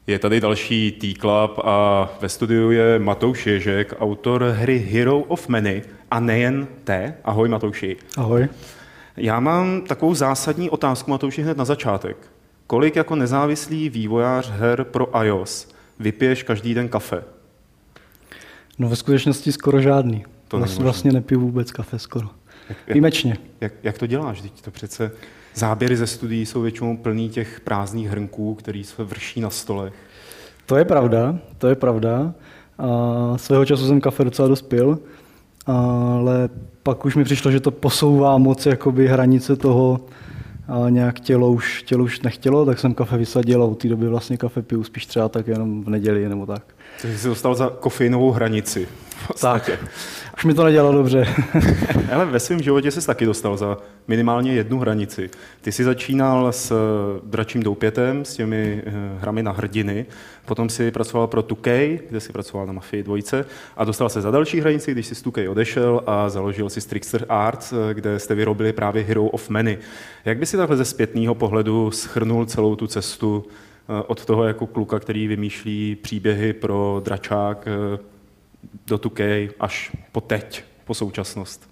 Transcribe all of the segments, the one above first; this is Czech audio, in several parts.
Je tady další T-Club a ve studiu je Matouš Ježek, autor hry Hero of Many a nejen té. Ahoj Matouši. Ahoj. Já mám takovou zásadní otázku, Matouši, hned na začátek. Kolik jako nezávislý vývojář her pro iOS vypiješ každý den kafe? No ve skutečnosti skoro žádný. Vlastně nepiju vůbec kafe skoro. Výjimečně. Jak to děláš? Teď to přece záběry ze studií jsou většinou plný těch prázdných hrnků, který se vrší na stolech. To je pravda. A svého času jsem kafe docela dost pil, ale pak už mi přišlo, že to posouvá moc jakoby hranice toho a nějak tělo už nechtělo, tak jsem kafe vysadil a od té doby vlastně kafe piju spíš třeba tak jenom v neděli nebo tak. Takže jsi dostal za kofeinovou hranici. Tak, už mi to nedělalo dobře. Ale ve svém životě jsi taky dostal za minimálně jednu hranici. Ty jsi začínal s Dračím doupětem, s těmi hrami na hrdiny, potom si pracoval pro 2K, kde si pracoval na Mafii 2 a dostal se za další hranici, když si z 2K odešel a založil si Trickster Arts, kde jste vyrobili právě Hero of Many. Jak by si takhle ze zpětného pohledu shrnul celou tu cestu od toho jako kluka, který vymýšlí příběhy pro dračák, do 2K až po teď, po současnost?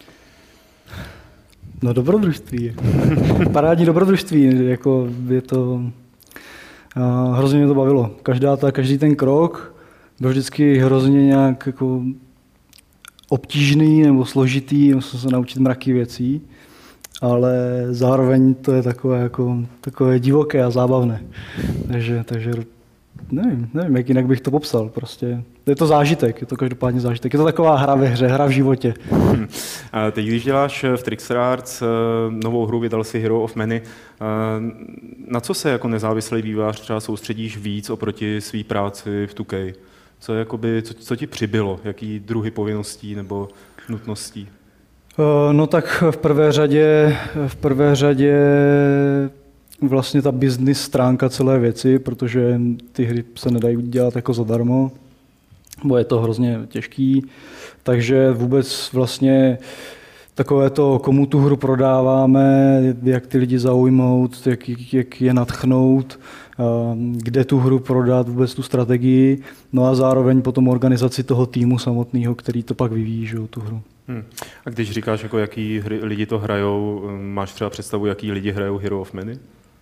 No dobrodružství. Parádní dobrodružství. Jako je to, hrozně mě to bavilo. Každý ten krok byl vždycky hrozně nějak jako obtížný nebo složitý, musel se naučit mraky věcí, ale zároveň to je takové divoké a zábavné. Takže nevím, jak jinak bych to popsal. Prostě je to zážitek, je to každopádně zážitek. Je to taková hra ve hře, hra v životě. A teď, když děláš v Trickster Arts novou hru, vydal si Hero of Many, na co se jako nezávislý vývojář třeba soustředíš víc oproti své práci v 2K? Co ti přibylo? Jaký druhy povinností nebo nutností? No tak v prvé řadě vlastně ta business stránka celé věci, protože ty hry se nedají dělat jako zadarmo, bo je to hrozně těžký, takže vůbec vlastně takové to, komu tu hru prodáváme, jak ty lidi zaujmout, jak je nadchnout, kde tu hru prodat, vůbec tu strategii, no a zároveň potom organizaci toho týmu samotného, který to pak vyvíjí, že, tu hru. A když říkáš, jako jaký lidi to hrajou, máš třeba představu, jaký lidi hrajou Hero of Many?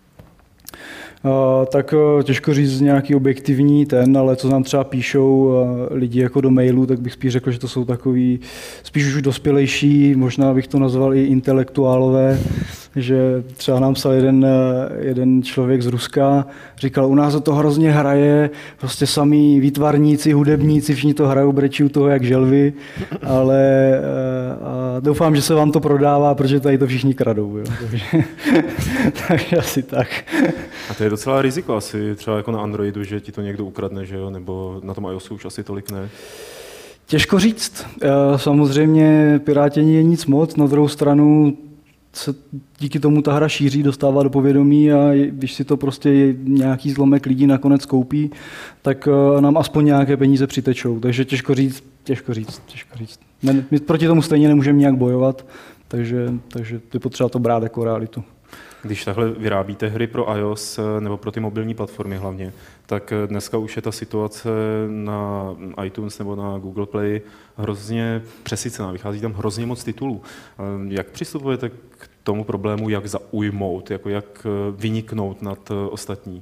Tak těžko říct nějaký objektivní ale co nám třeba píšou lidi jako do mailu, tak bych spíš řekl, že to jsou takový spíš už dospělejší, možná bych to nazval i intelektuálové, že třeba nám psal jeden člověk z Ruska, říkal, u nás se to hrozně hraje, prostě samý výtvarníci, hudebníci, všichni to hrajou, brečí u toho jak želvy, ale doufám, že se vám to prodává, protože tady to všichni kradou. Jo. Takže asi tak. A to je docela riziko asi třeba jako na Androidu, že ti to někdo ukradne, že jo? Nebo na tom iOSu už asi tolik ne? Těžko říct. Samozřejmě pirátění je nic moc, na druhou stranu se díky tomu ta hra šíří, dostává do povědomí a když si to prostě nějaký zlomek lidí nakonec koupí, tak nám aspoň nějaké peníze přitečou. Takže těžko říct. My proti tomu stejně nemůžeme nějak bojovat, takže je potřeba to brát jako realitu. Když takhle vyrábíte hry pro iOS nebo pro ty mobilní platformy hlavně, tak dneska už je ta situace na iTunes nebo na Google Play hrozně přesycená. Vychází tam hrozně moc titulů. Jak přistupujete k tomu problému, jak zaujmout, jako jak vyniknout nad ostatní?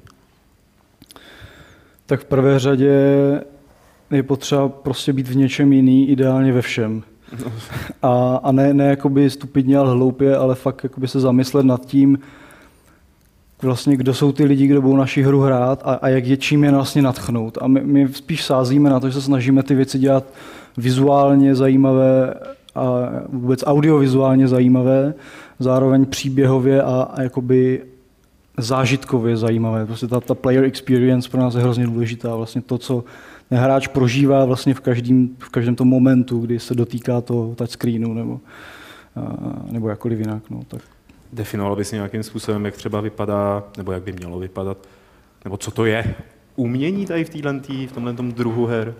Tak v prvé řadě je potřeba prostě být v něčem jiný, ideálně ve všem. A ne jakoby stupidně, ale hloupě, ale fakt jakoby se zamyslet nad tím, vlastně, kdo jsou ty lidi, kdo budou naši hru hrát a čím je vlastně nadchnout. A my spíš sázíme na to, že se snažíme ty věci dělat vizuálně zajímavé a vůbec audiovizuálně zajímavé, zároveň příběhově a jakoby zážitkově zajímavé. Prostě ta player experience pro nás je hrozně důležitá. Vlastně to, co hráč prožívá vlastně v každém tom momentu, kdy se dotýká toho touchscreenu nebo jakkoliv jinak. No, tak. Definoval bys nějakým způsobem, jak třeba vypadá, nebo jak by mělo vypadat, nebo co to je umění tady v tomhle druhu her?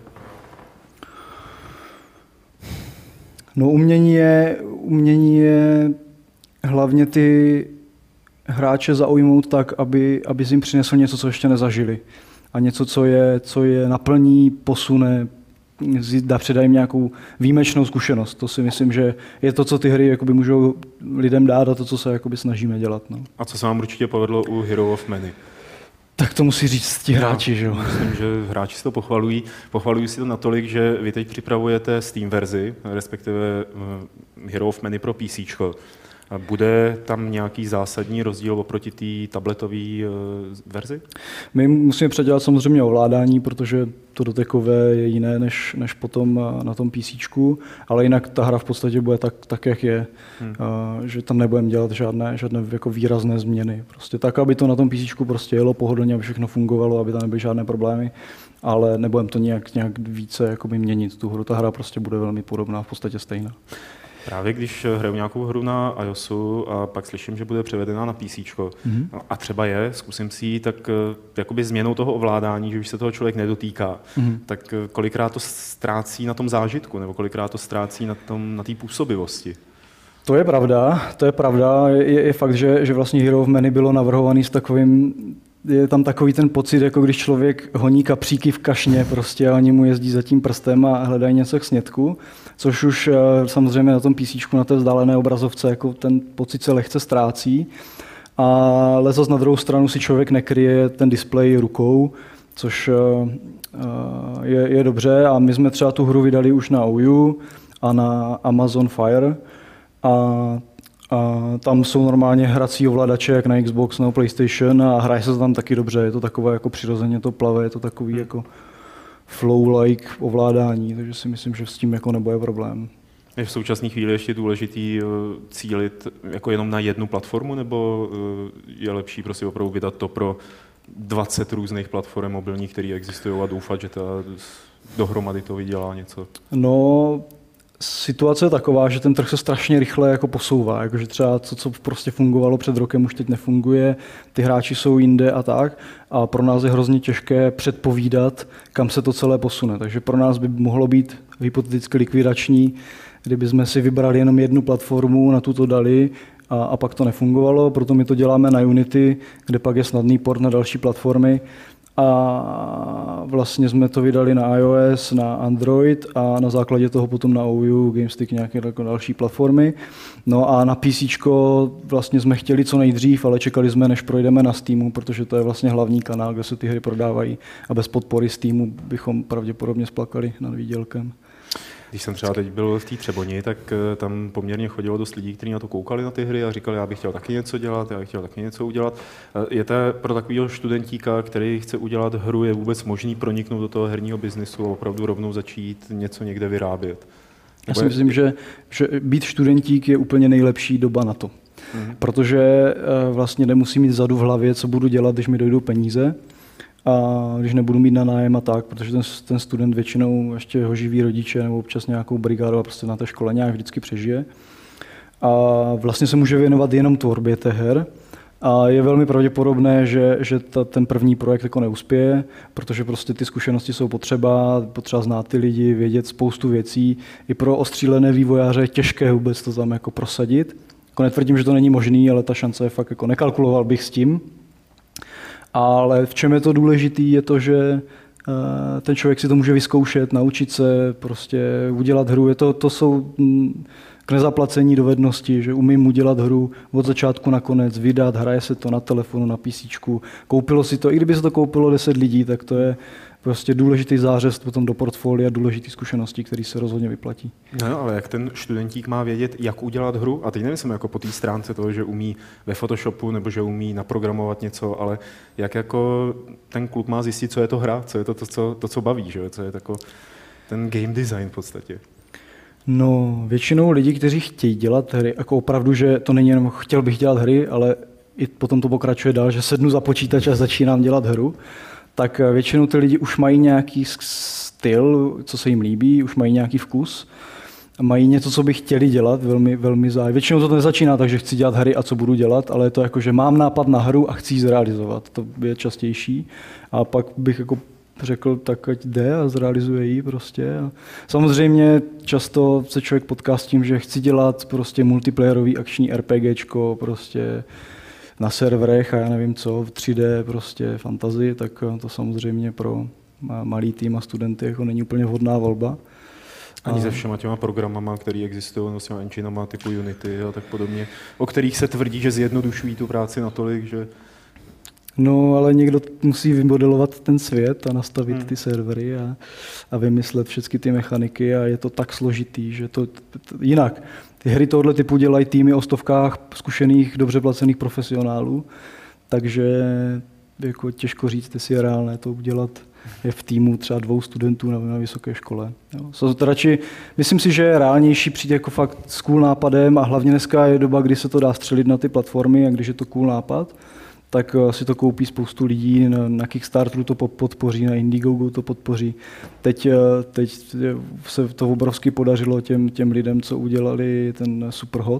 No umění je hlavně ty hráče zaujmout tak, aby jim přinesl něco, co ještě nezažili. a něco, co je naplní, posune, předá jim nějakou výjimečnou zkušenost. To si myslím, že je to, co ty hry jakoby můžou lidem dát a to, co se jakoby snažíme dělat. No. A co se vám určitě povedlo u Hero of Many? Tak to musí říct ti hráči, že jo? Myslím, že hráči si to pochvalují. Pochvalují si to natolik, že vy teď připravujete Steam verzi, respektive Hero of Many pro PC. Bude tam nějaký zásadní rozdíl oproti té tabletové verzi? My musíme předělat samozřejmě ovládání, protože to dotekové je jiné než potom na tom PC, ale jinak ta hra v podstatě bude tak jak je, že tam nebudeme dělat žádné jako výrazné změny. Prostě tak, aby to na tom PC prostě jelo pohodlně, aby všechno fungovalo, aby tam nebyly žádné problémy, ale nebudeme to nějak více jakoby měnit tu hru. Ta hra prostě bude velmi podobná, v podstatě stejná. Právě když hraju nějakou hru na iOSu a pak slyším, že bude převedená na PC, a třeba zkusím si ji, tak jakoby změnou toho ovládání, že už se toho člověk nedotýká, tak kolikrát to ztrácí na tom zážitku, nebo kolikrát to ztrácí na té působivosti? To je pravda. Je fakt, že vlastně Hero of Many bylo navrhovaný s takovým, je tam takový ten pocit, jako když člověk honí kapříky v kašně prostě a oni mu jezdí za tím prstem a hledají něco k snědku, což už samozřejmě na tom PC, na té vzdálené obrazovce, jako ten pocit se lehce ztrácí. Ale zase na druhou stranu si člověk nekryje ten displej rukou, což je dobře a my jsme třeba tu hru vydali už na OU a na Amazon Fire a tam jsou normálně hrací ovladače, jak na Xbox nebo PlayStation a hraje se tam taky dobře, je to takové jako přirozeně to plave, je to takový jako flow-like ovládání, takže si myslím, že s tím jako nebude problém. Je v současné chvíli ještě důležitý cílit jako jenom na jednu platformu, nebo je lepší prostě opravdu vydat to pro 20 různých platform mobilních, které existují a doufat, že dohromady to vydělá něco? No, situace je taková, že ten trh se strašně rychle jako posouvá, jakože třeba to, co prostě fungovalo před rokem, už teď nefunguje, ty hráči jsou jinde a tak a pro nás je hrozně těžké předpovídat, kam se to celé posune, takže pro nás by mohlo být hypoteticky likvidační, kdyby jsme si vybrali jenom jednu platformu, na tu to dali a pak to nefungovalo, proto my to děláme na Unity, kde pak je snadný port na další platformy. A vlastně jsme to vydali na iOS, na Android a na základě toho potom na OU, GameStick, nějaké další platformy. No a na PC vlastně jsme chtěli co nejdřív, ale čekali jsme, než projdeme na Steamu, protože to je vlastně hlavní kanál, kde se ty hry prodávají a bez podpory Steamu bychom pravděpodobně splakali nad výdělkem. Když jsem třeba teď byl v té Třeboni, tak tam poměrně chodilo dost lidí, kteří na to koukali na ty hry a říkali, já bych chtěl taky něco dělat, já bych chtěl taky něco udělat. Je to pro takového studentíka, který chce udělat hru, je vůbec možný proniknout do toho herního biznisu a opravdu rovnou začít něco někde vyrábět? Já si myslím, že být studentík je úplně nejlepší doba na to. Protože vlastně nemusím mít vzadu v hlavě, co budu dělat, když mi dojdou peníze. A když nebudu mít na nájem a tak, protože ten student většinou ještě ho živí rodiče nebo občas nějakou brigádu a prostě na té škole nějak vždycky přežije. A vlastně se může věnovat jenom tvorbě té her. A je velmi pravděpodobné, že ten první projekt jako neuspěje, protože prostě ty zkušenosti jsou potřeba znát ty lidi, vědět spoustu věcí. I pro ostřílené vývojáře je těžké vůbec to tam jako prosadit. Jako netvrdím, že to není možný, ale ta šance je fakt jako nekalkuloval bych s tím. Ale v čem je to důležitý, je to, že ten člověk si to může vyzkoušet, naučit se, prostě udělat hru. To jsou k nezaplacení dovednosti, že umím udělat hru od začátku na konec, vydat, hraje se to na telefonu, na PCčku. Koupilo si to, i kdyby se to koupilo 10 lidí, tak to je prostě důležitý zářez potom do portfolia, důležitý zkušenosti, který se rozhodně vyplatí. No, ale jak ten studentík má vědět, jak udělat hru? A teď nemyslím jako po té stránce toho, že umí ve Photoshopu nebo že umí naprogramovat něco, ale jak jako ten kluk má zjistit, co je to hra, co je to, co baví, že? Co je jako ten game design v podstatě. No, většinou lidi, kteří chtějí dělat hry, jako opravdu, že to není jenom chtěl bych dělat hry, ale i potom to pokračuje dál, že sednu za počítač a začínám dělat hru, tak většinou ty lidi už mají nějaký styl, co se jim líbí, už mají nějaký vkus, mají něco, co by chtěli dělat, velmi, velmi zájem. Většinou to nezačíná tak, že chci dělat hry a co budu dělat, ale je to jako, že mám nápad na hru a chci ji zrealizovat. To je častější. A pak bych jako řekl, tak ať jde a zrealizuje ji prostě. A samozřejmě často se člověk potká s tím, že chci dělat prostě multiplayerový akční RPGčko, prostě na serverech a já nevím co, v 3D prostě fantazii, tak to samozřejmě pro malý tým a studenty jako není úplně vhodná volba. Ani se všema těma programama, které existují, no s těma enginama typu Unity a tak podobně, o kterých se tvrdí, že zjednodušují tu práci natolik, že... No, ale někdo musí vymodelovat ten svět a nastavit ty servery a vymyslet všechny ty mechaniky a je to tak složitý, že to jinak. Ty hry tohoto typu dělají týmy o stovkách zkušených, dobře placených profesionálů, takže jako těžko říct, jestli je reálné to udělat je v týmu třeba 2 studentů na vysoké škole. Radši, myslím si, že je reálnější přijít jako fakt s cool nápadem a hlavně dneska je doba, kdy se to dá střelit na ty platformy a když je to cool nápad, tak si to koupí spoustu lidí, na Kickstarteru to podpoří, na Indiegogu to podpoří. Teď se to obrovsky podařilo těm lidem, co udělali ten Superhot.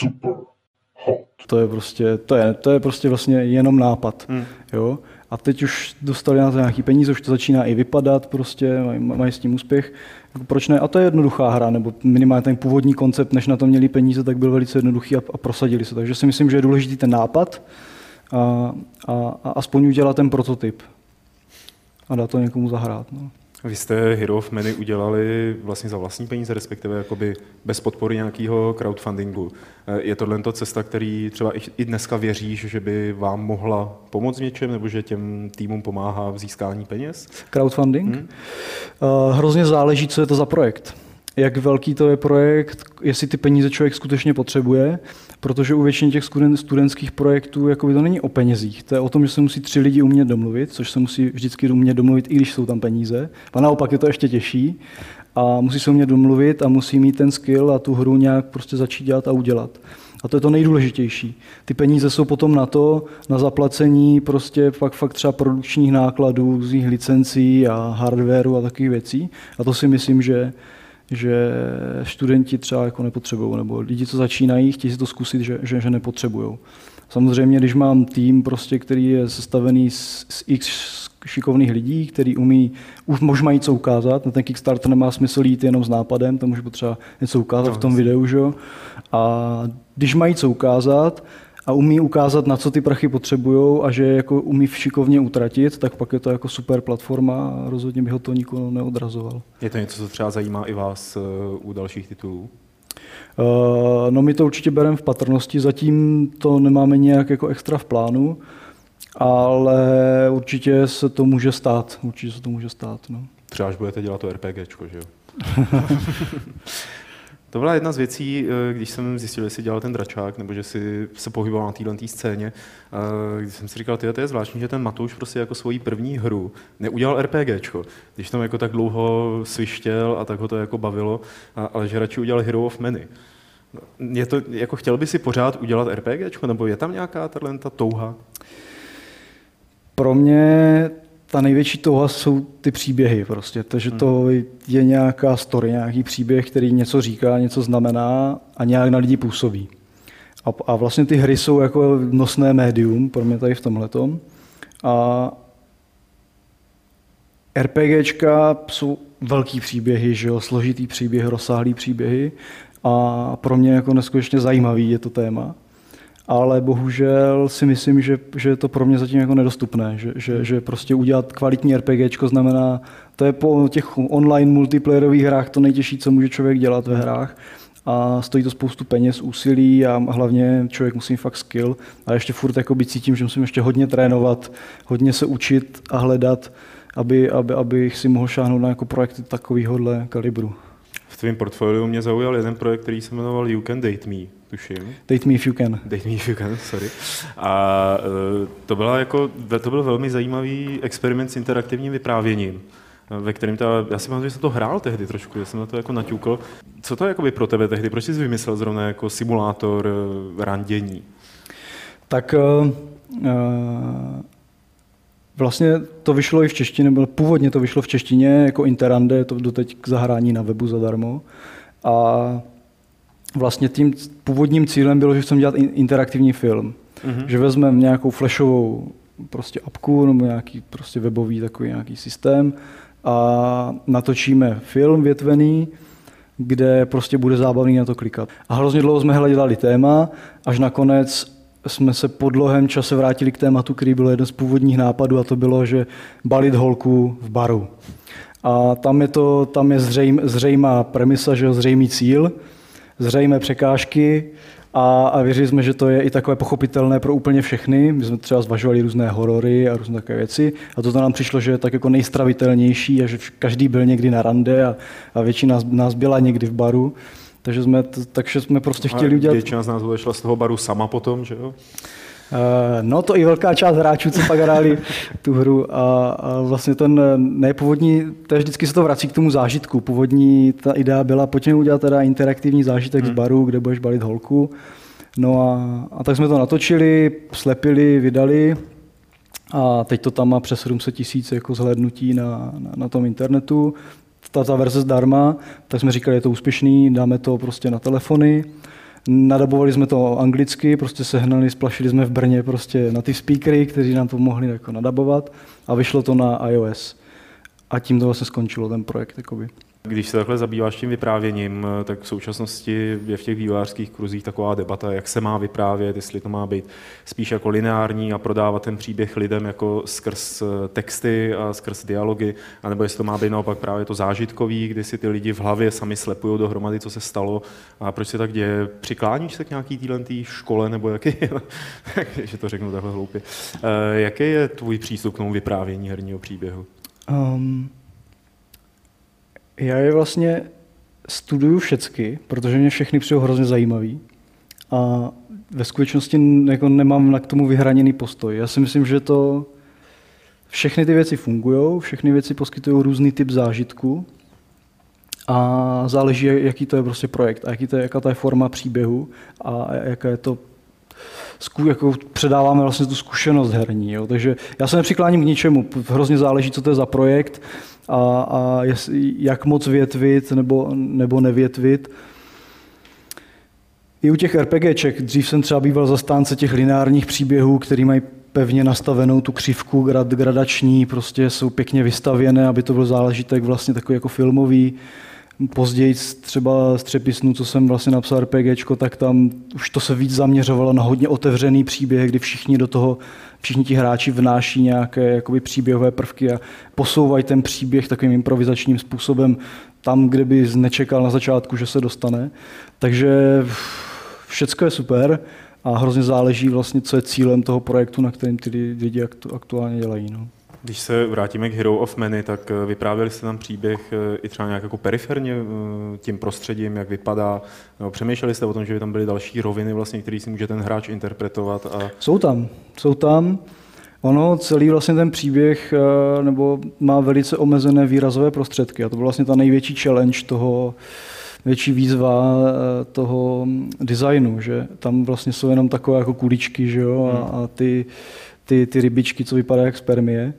To je prostě vlastně jenom nápad. Jo? A teď už dostali na to nějaký peníze, už to začíná i vypadat, prostě mají s tím úspěch. Proč ne? A to je jednoduchá hra, nebo minimálně ten původní koncept, než na to měli peníze, tak byl velice jednoduchý a prosadili se. Takže si myslím, že je důležitý ten nápad a aspoň udělat ten prototyp a dát to někomu zahrát. No. Vy jste Hero of Many udělali vlastně za vlastní peníze, respektive jakoby bez podpory nějakého crowdfundingu. Je tohle cesta, který třeba i dneska věříš, že by vám mohla pomoct v něčem, nebo že těm týmům pomáhá v získání peněz? Crowdfunding? Hrozně záleží, co je to za projekt. Jak velký to je projekt, jestli ty peníze člověk skutečně potřebuje, protože u většiny těch studentských projektů jakoby to není o penězích. To je o tom, že se musí 3 lidi umět domluvit, což se musí vždycky umět domluvit, i když jsou tam peníze. A naopak je to ještě těžší. A musí se umět domluvit a musí mít ten skill a tu hru nějak prostě začít dělat a udělat. A to je to nejdůležitější. Ty peníze jsou potom na zaplacení prostě fakt třeba produkčních nákladů, různých licencí a hardwareu a takových věcí. A to si myslím, že studenti třeba jako nepotřebují, nebo lidi, co začínají, chtějí si to zkusit, že nepotřebují. Samozřejmě, když mám tým, prostě, který je sestavený z x šikovných lidí, který už mají co ukázat, na ten Kickstarter nemá smysl jít jenom s nápadem, tam už potřeba něco ukázat v tom videu, že? A když mají co ukázat a umí ukázat, na co ty prachy potřebujou a že jako umí šikovně utratit, tak pak je to jako super platforma a rozhodně bych ho to nikoho neodrazoval. Je to něco, co třeba zajímá i vás u dalších titulů? No my to určitě bereme v patrnosti, zatím to nemáme nějak jako extra v plánu, ale určitě se to může stát. No. Třeba až budete dělat to RPGčko, že jo? To byla jedna z věcí, když jsem zjistil, že jsi dělal ten dračák, nebo že jsi se pohyboval na této scéně, když jsem si říkal, to je zvláštní, že ten Matouš prostě jako svoji první hru neudělal RPGčko, když tam jako tak dlouho svištěl a tak ho to jako bavilo, ale že radši udělal Hero of Many. Je to, jako chtěl by si pořád udělat RPGčko, nebo je tam nějaká ta touha? Pro mě ta největší touha jsou ty příběhy prostě, takže to je nějaká story, nějaký příběh, který něco říká, něco znamená a nějak na lidi působí. A vlastně ty hry jsou jako nosné médium pro mě tady v tomhletom. A RPGčka jsou velký příběhy, že jo, složitý příběh, rozsáhlý příběhy a pro mě jako neskutečně zajímavý je to téma. Ale bohužel si myslím, že je to pro mě zatím jako nedostupné, že prostě udělat kvalitní RPGčko znamená, to je po těch online multiplayerových hrách to nejtěžší, co může člověk dělat ve hrách a stojí to spoustu peněz, úsilí a hlavně člověk musí mít fakt skill a ještě furt cítím, že musím ještě hodně trénovat, hodně se učit a hledat, abych si mohl šáhnout na jako projekty takovýhodle kalibru. V tvém portfoliu mě zaujal jeden projekt, který se jmenoval You Can Date Me, tuším. Date Me If You Can. Date Me If You Can, sorry. A to byl velmi zajímavý experiment s interaktivním vyprávěním, ve kterém já si myslím, že jsem to hrál tehdy trošku, že jsem na to jako naťukl. Co to je jakoby pro tebe tehdy? Proč jsi vymyslel zrovna jako simulátor randění? Tak vlastně to vyšlo i v češtině, nebo původně to vyšlo v češtině jako Interrande, to doteď k zahrání na webu zadarmo. A vlastně tím původním cílem bylo, že chceme dělat interaktivní film. Že vezmeme nějakou flashovou prostě apku nebo nějaký prostě webový takový nějaký systém a natočíme film větvený, kde prostě bude zábavný na to klikat. A hrozně dlouho jsme hledali téma, až nakonec jsme se po dlouhém čase vrátili k tématu, který byl jeden z původních nápadů, a to bylo, že balit holku v baru. A tam je zřejmá premisa, že zřejmý cíl, zřejmé překážky a věřili jsme, že to je i takové pochopitelné pro úplně všechny. My jsme třeba zvažovali různé horory a různé takové věci a to nám přišlo, že je tak jako nejstravitelnější a že každý byl někdy na rande a většina nás byla někdy v baru. Takže jsme prostě chtěli udělat... Většina z nás odešla z toho baru sama potom, že jo? No to i velká část hráčů, co pak hráli tu hru a vlastně původní, to je vždycky se to vrací k tomu zážitku. Původní ta idea byla, pojďme udělat teda interaktivní zážitek z baru, kde budeš balit holku. No a tak jsme to natočili, slepili, vydali a teď to tam má přes 700 000 jako zhlédnutí na tom internetu. Ta verze zdarma, tak jsme říkali, je to úspěšný, dáme to prostě na telefony. Nadabovali jsme to anglicky, prostě splašili jsme v Brně prostě na ty speakery, kteří nám pomohli jako nadabovat a vyšlo to na iOS. A tím to vlastně skončilo ten projekt. Jakoby. Když se takhle zabýváš tím vyprávěním, tak v současnosti je v těch vývojářských kruzích taková debata, jak se má vyprávět, jestli to má být spíš jako lineární a prodávat ten příběh lidem jako skrz texty a skrz dialogy, anebo jestli to má být naopak právě to zážitkový, kdy si ty lidi v hlavě sami slepují dohromady, co se stalo a proč se tak děje. Přikláníš se k nějaký této škole, nebo jaký je, že to řeknu takhle hloupě. Jaký je tvůj přístup k tomu vyprávění herního příběhu? Já je vlastně studuju všecky, protože mě všechny přijou hrozně zajímavý a ve skutečnosti jako nemám k tomu vyhraněný postoj. Já si myslím, že všechny ty věci fungují, všechny věci poskytují různý typ zážitku a záleží, jaký to je prostě projekt a jaká to je forma příběhu a jaká je to jako předáváme vlastně tu zkušenost herní. Jo. Takže já se nepřikláním k ničemu, hrozně záleží, co to je za projekt a jak moc větvit nebo nevětvit. I u těch RPGček, dřív jsem třeba býval zastánce těch lineárních příběhů, který mají pevně nastavenou tu křivku gradační, prostě jsou pěkně vystavěné, aby to byl záležitek vlastně takový jako filmový. Později třeba z Třepisnu, co jsem vlastně napsal RPGčko, tak tam už to se víc zaměřovalo na hodně otevřený příběh, kdy všichni ti hráči vnáší nějaké jakoby příběhové prvky a posouvají ten příběh takovým improvizačním způsobem tam, kde by nečekal na začátku, že se dostane. Takže všecko je super a hrozně záleží vlastně, co je cílem toho projektu, na kterým ty lidi aktuálně dělají. No. Když se vrátíme k Hero of Many, tak vyprávěli jste tam příběh i třeba nějak jako periferně tím prostředím, jak vypadá. No, přemýšleli jste o tom, že by tam byly další roviny, vlastně, které si může ten hráč interpretovat? Jsou tam. Ono, celý vlastně ten příběh nebo má velice omezené výrazové prostředky a to byla vlastně ta největší challenge větší výzva toho designu, že tam vlastně jsou jenom takové jako kuličky, že jo, a ty rybičky, co vypadají jak spermie.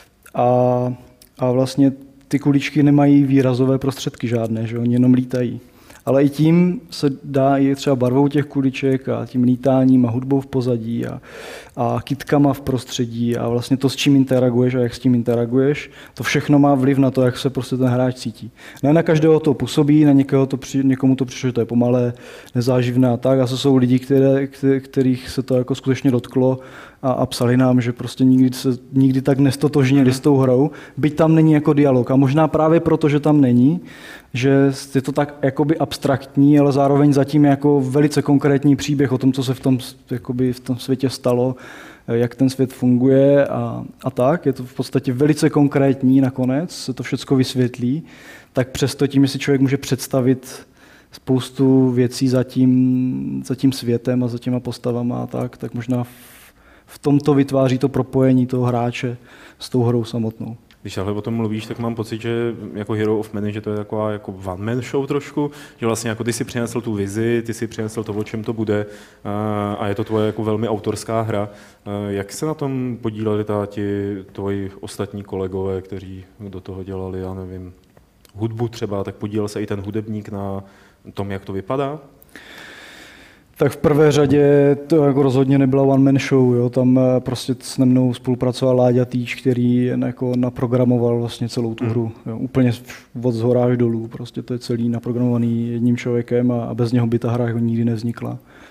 A vlastně ty kuličky nemají výrazové prostředky žádné, že oni jenom lítají. Ale i tím se dá i třeba barvou těch kuliček a tím lítáním a hudbou v pozadí a kytkama v prostředí a vlastně to, s čím interaguješ a jak s tím interaguješ, to všechno má vliv na to, jak se prostě ten hráč cítí. Ne na každého to působí, na někomu to přišlo, že to je pomalé, nezáživné a tak. A to jsou lidi, kterých se to jako skutečně dotklo a psali nám, že prostě nikdy tak nestotožnili s tou hrou, byť tam není jako dialog. A možná právě proto, že tam není, že je to tak jakoby abstraktní, ale zároveň zatím jako velice konkrétní příběh o tom, co se v tom světě stalo, jak ten svět funguje a tak. Je to v podstatě velice konkrétní nakonec, se to všechno vysvětlí, tak přesto tím, jestli člověk může představit spoustu věcí za tím světem a za těma postavama a tak možná v tomto vytváří to propojení toho hráče s tou hrou samotnou. Když takhle o tom mluvíš, tak mám pocit, že jako Hero of Many, že to je taková jako one-man show trošku, že vlastně jako ty si přinesl tu vizi, ty si přinesl to, o čem to bude a je to tvoje jako velmi autorská hra. Jak se na tom podíleli ti tvoji ostatní kolegové, kteří do toho dělali, já nevím, hudbu třeba, tak podílel se i ten hudebník na tom, jak to vypadá? Tak v prvé řadě to jako rozhodně nebyla one-man show, jo. Tam prostě s mnou spolupracoval Láďa Týč, který jako naprogramoval vlastně celou tu hru. Jo. Úplně od zhora až dolů, prostě to je celý naprogramovaný jedním člověkem a bez něho by ta hra jako nikdy nevznikla.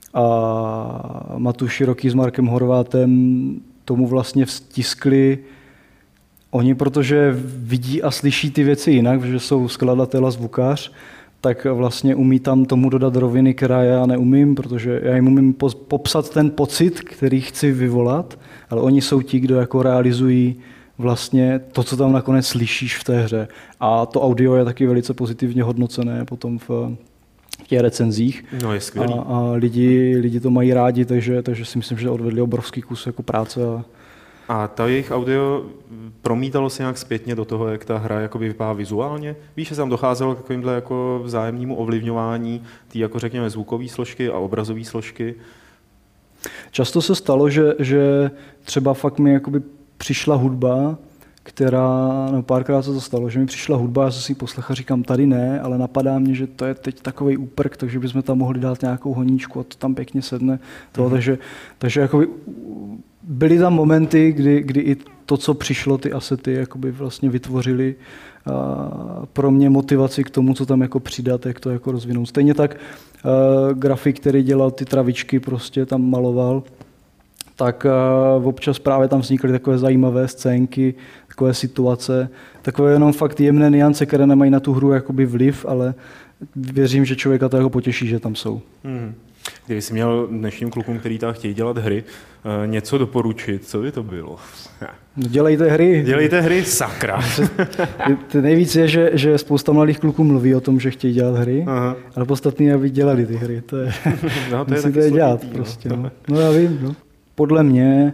A Matuš Široký s Markem Horvátem tomu vlastně vstiskli oni, protože vidí a slyší ty věci jinak, že jsou skladatel a zvukař, tak vlastně umí tam tomu dodat roviny, která já neumím, protože já jim umím popsat ten pocit, který chci vyvolat, ale oni jsou ti, kdo jako realizují vlastně to, co tam nakonec slyšíš v té hře. A to audio je taky velice pozitivně hodnocené potom v těch recenzích. No, je skvělý. A lidi to mají rádi, takže si myslím, že odvedli obrovský kus jako práce. A ta jejich audio promítalo se nějak zpětně do toho, jak ta hra jakoby vypadá vizuálně? Víš, že tam docházelo k takovýmhle jako vzájemnému ovlivňování té, jako řekněme, zvukové složky a obrazové složky? Často se stalo, že třeba fakt mi jakoby přišla hudba, párkrát se to stalo, že mi přišla hudba, já jsem si ji poslechl a říkám, tady ne, ale napadá mě, že to je teď takovej úprk, takže bychom tam mohli dát nějakou honíčku a to tam pěkně sedne. Takže jakoby byly tam momenty, kdy i to, co přišlo, ty asety jakoby vlastně vytvořili pro mě motivaci k tomu, co tam jako přidat, jak to jako rozvinout. Stejně tak grafik, který dělal ty travičky, prostě tam maloval, tak občas právě tam vznikly takové zajímavé scénky, takové situace, takové jenom fakt jemné nuance, které nemají na tu hru jakoby vliv, ale věřím, že člověka to jako potěší, že tam jsou. Kdyby jsi měl dnešním klukům, který tam chtějí dělat hry, něco doporučit, co by to bylo? No, dělejte hry. Dělejte hry, sakra. Nejvíc je, že spousta mladých kluků mluví o tom, že chtějí dělat hry, ale podstatné je, aby dělali ty hry. To je, no, to je musíte je dělat prostě. No já vím. No. Podle mě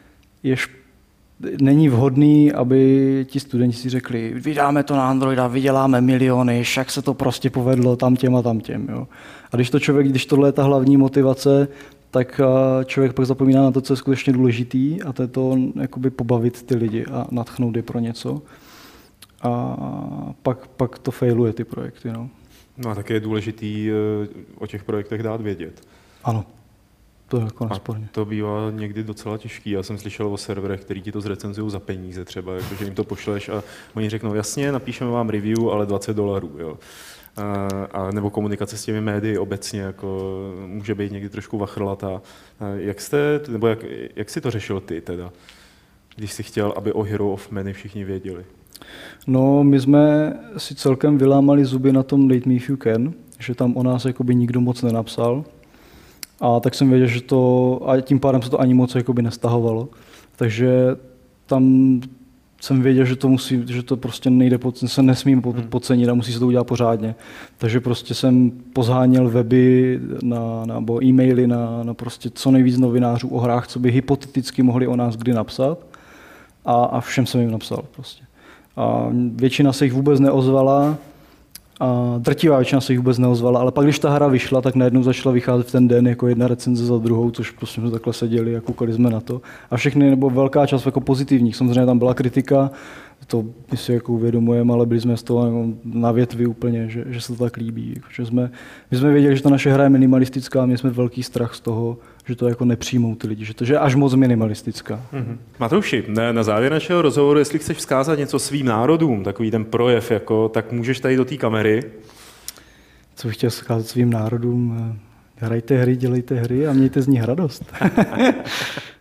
není vhodný, aby ti studenti si řekli, vydáme to na Android a vyděláme miliony, však se to prostě povedlo tamtěm a tamtěm. Jo. A když tohle je ta hlavní motivace, tak člověk pak zapomíná na to, co je skutečně důležitý, a to je to jakoby pobavit ty lidi a nadchnout je pro něco. A pak to failuje ty projekty. No a také je důležitý o těch projektech dát vědět. Ano. To je jako nesporně. To bývá někdy docela těžký. Já jsem slyšel o serverech, který ti to zrecenzují za peníze třeba, jakože jim to pošleš a oni řeknou, jasně, napíšeme vám review, ale $20. Jo. A nebo komunikace s těmi médii obecně jako může být někdy trošku vachrlatá. Jak jsi to řešil ty teda, když jsi chtěl, aby o Hero of Many všichni věděli? No, my jsme si celkem vylámali zuby na tom Date Me If You Can, že tam o nás jakoby nikdo moc nenapsal. A tak jsem věděl, že a tím pádem se to ani moc jakoby nestahovalo. Takže tam jsem věděl, že to prostě nejde, se nesmím podcenit a musí se to udělat pořádně. Takže prostě jsem pozháněl weby nebo e-maily na prostě co nejvíc novinářů o hrách, co by hypoteticky mohli o nás kdy napsat. A všem jsem jim napsal prostě. A většina se jich vůbec neozvala. A drtivá většina se jich vůbec neozvala, ale pak, když ta hra vyšla, tak najednou začala vycházet v ten den jako jedna recenze za druhou, což prostě jsme takhle seděli a koukali jsme na to. A všechny, nebo velká část jako pozitivních, samozřejmě tam byla kritika, to my si jako uvědomujeme, ale byli jsme z toho jako na větvi úplně, že se to tak líbí. My jsme věděli, že ta naše hra je minimalistická a my jsme velký strach z toho, že to jako nepřijmou ty lidi, že je až moc minimalistická. Matouši, na závěr našeho rozhovoru, jestli chceš vzkázat něco svým národům, takový ten projev, tak můžeš tady do té kamery. Co bych chtěl vzkázat svým národům? Hrajte hry, dělejte hry a mějte z nich radost.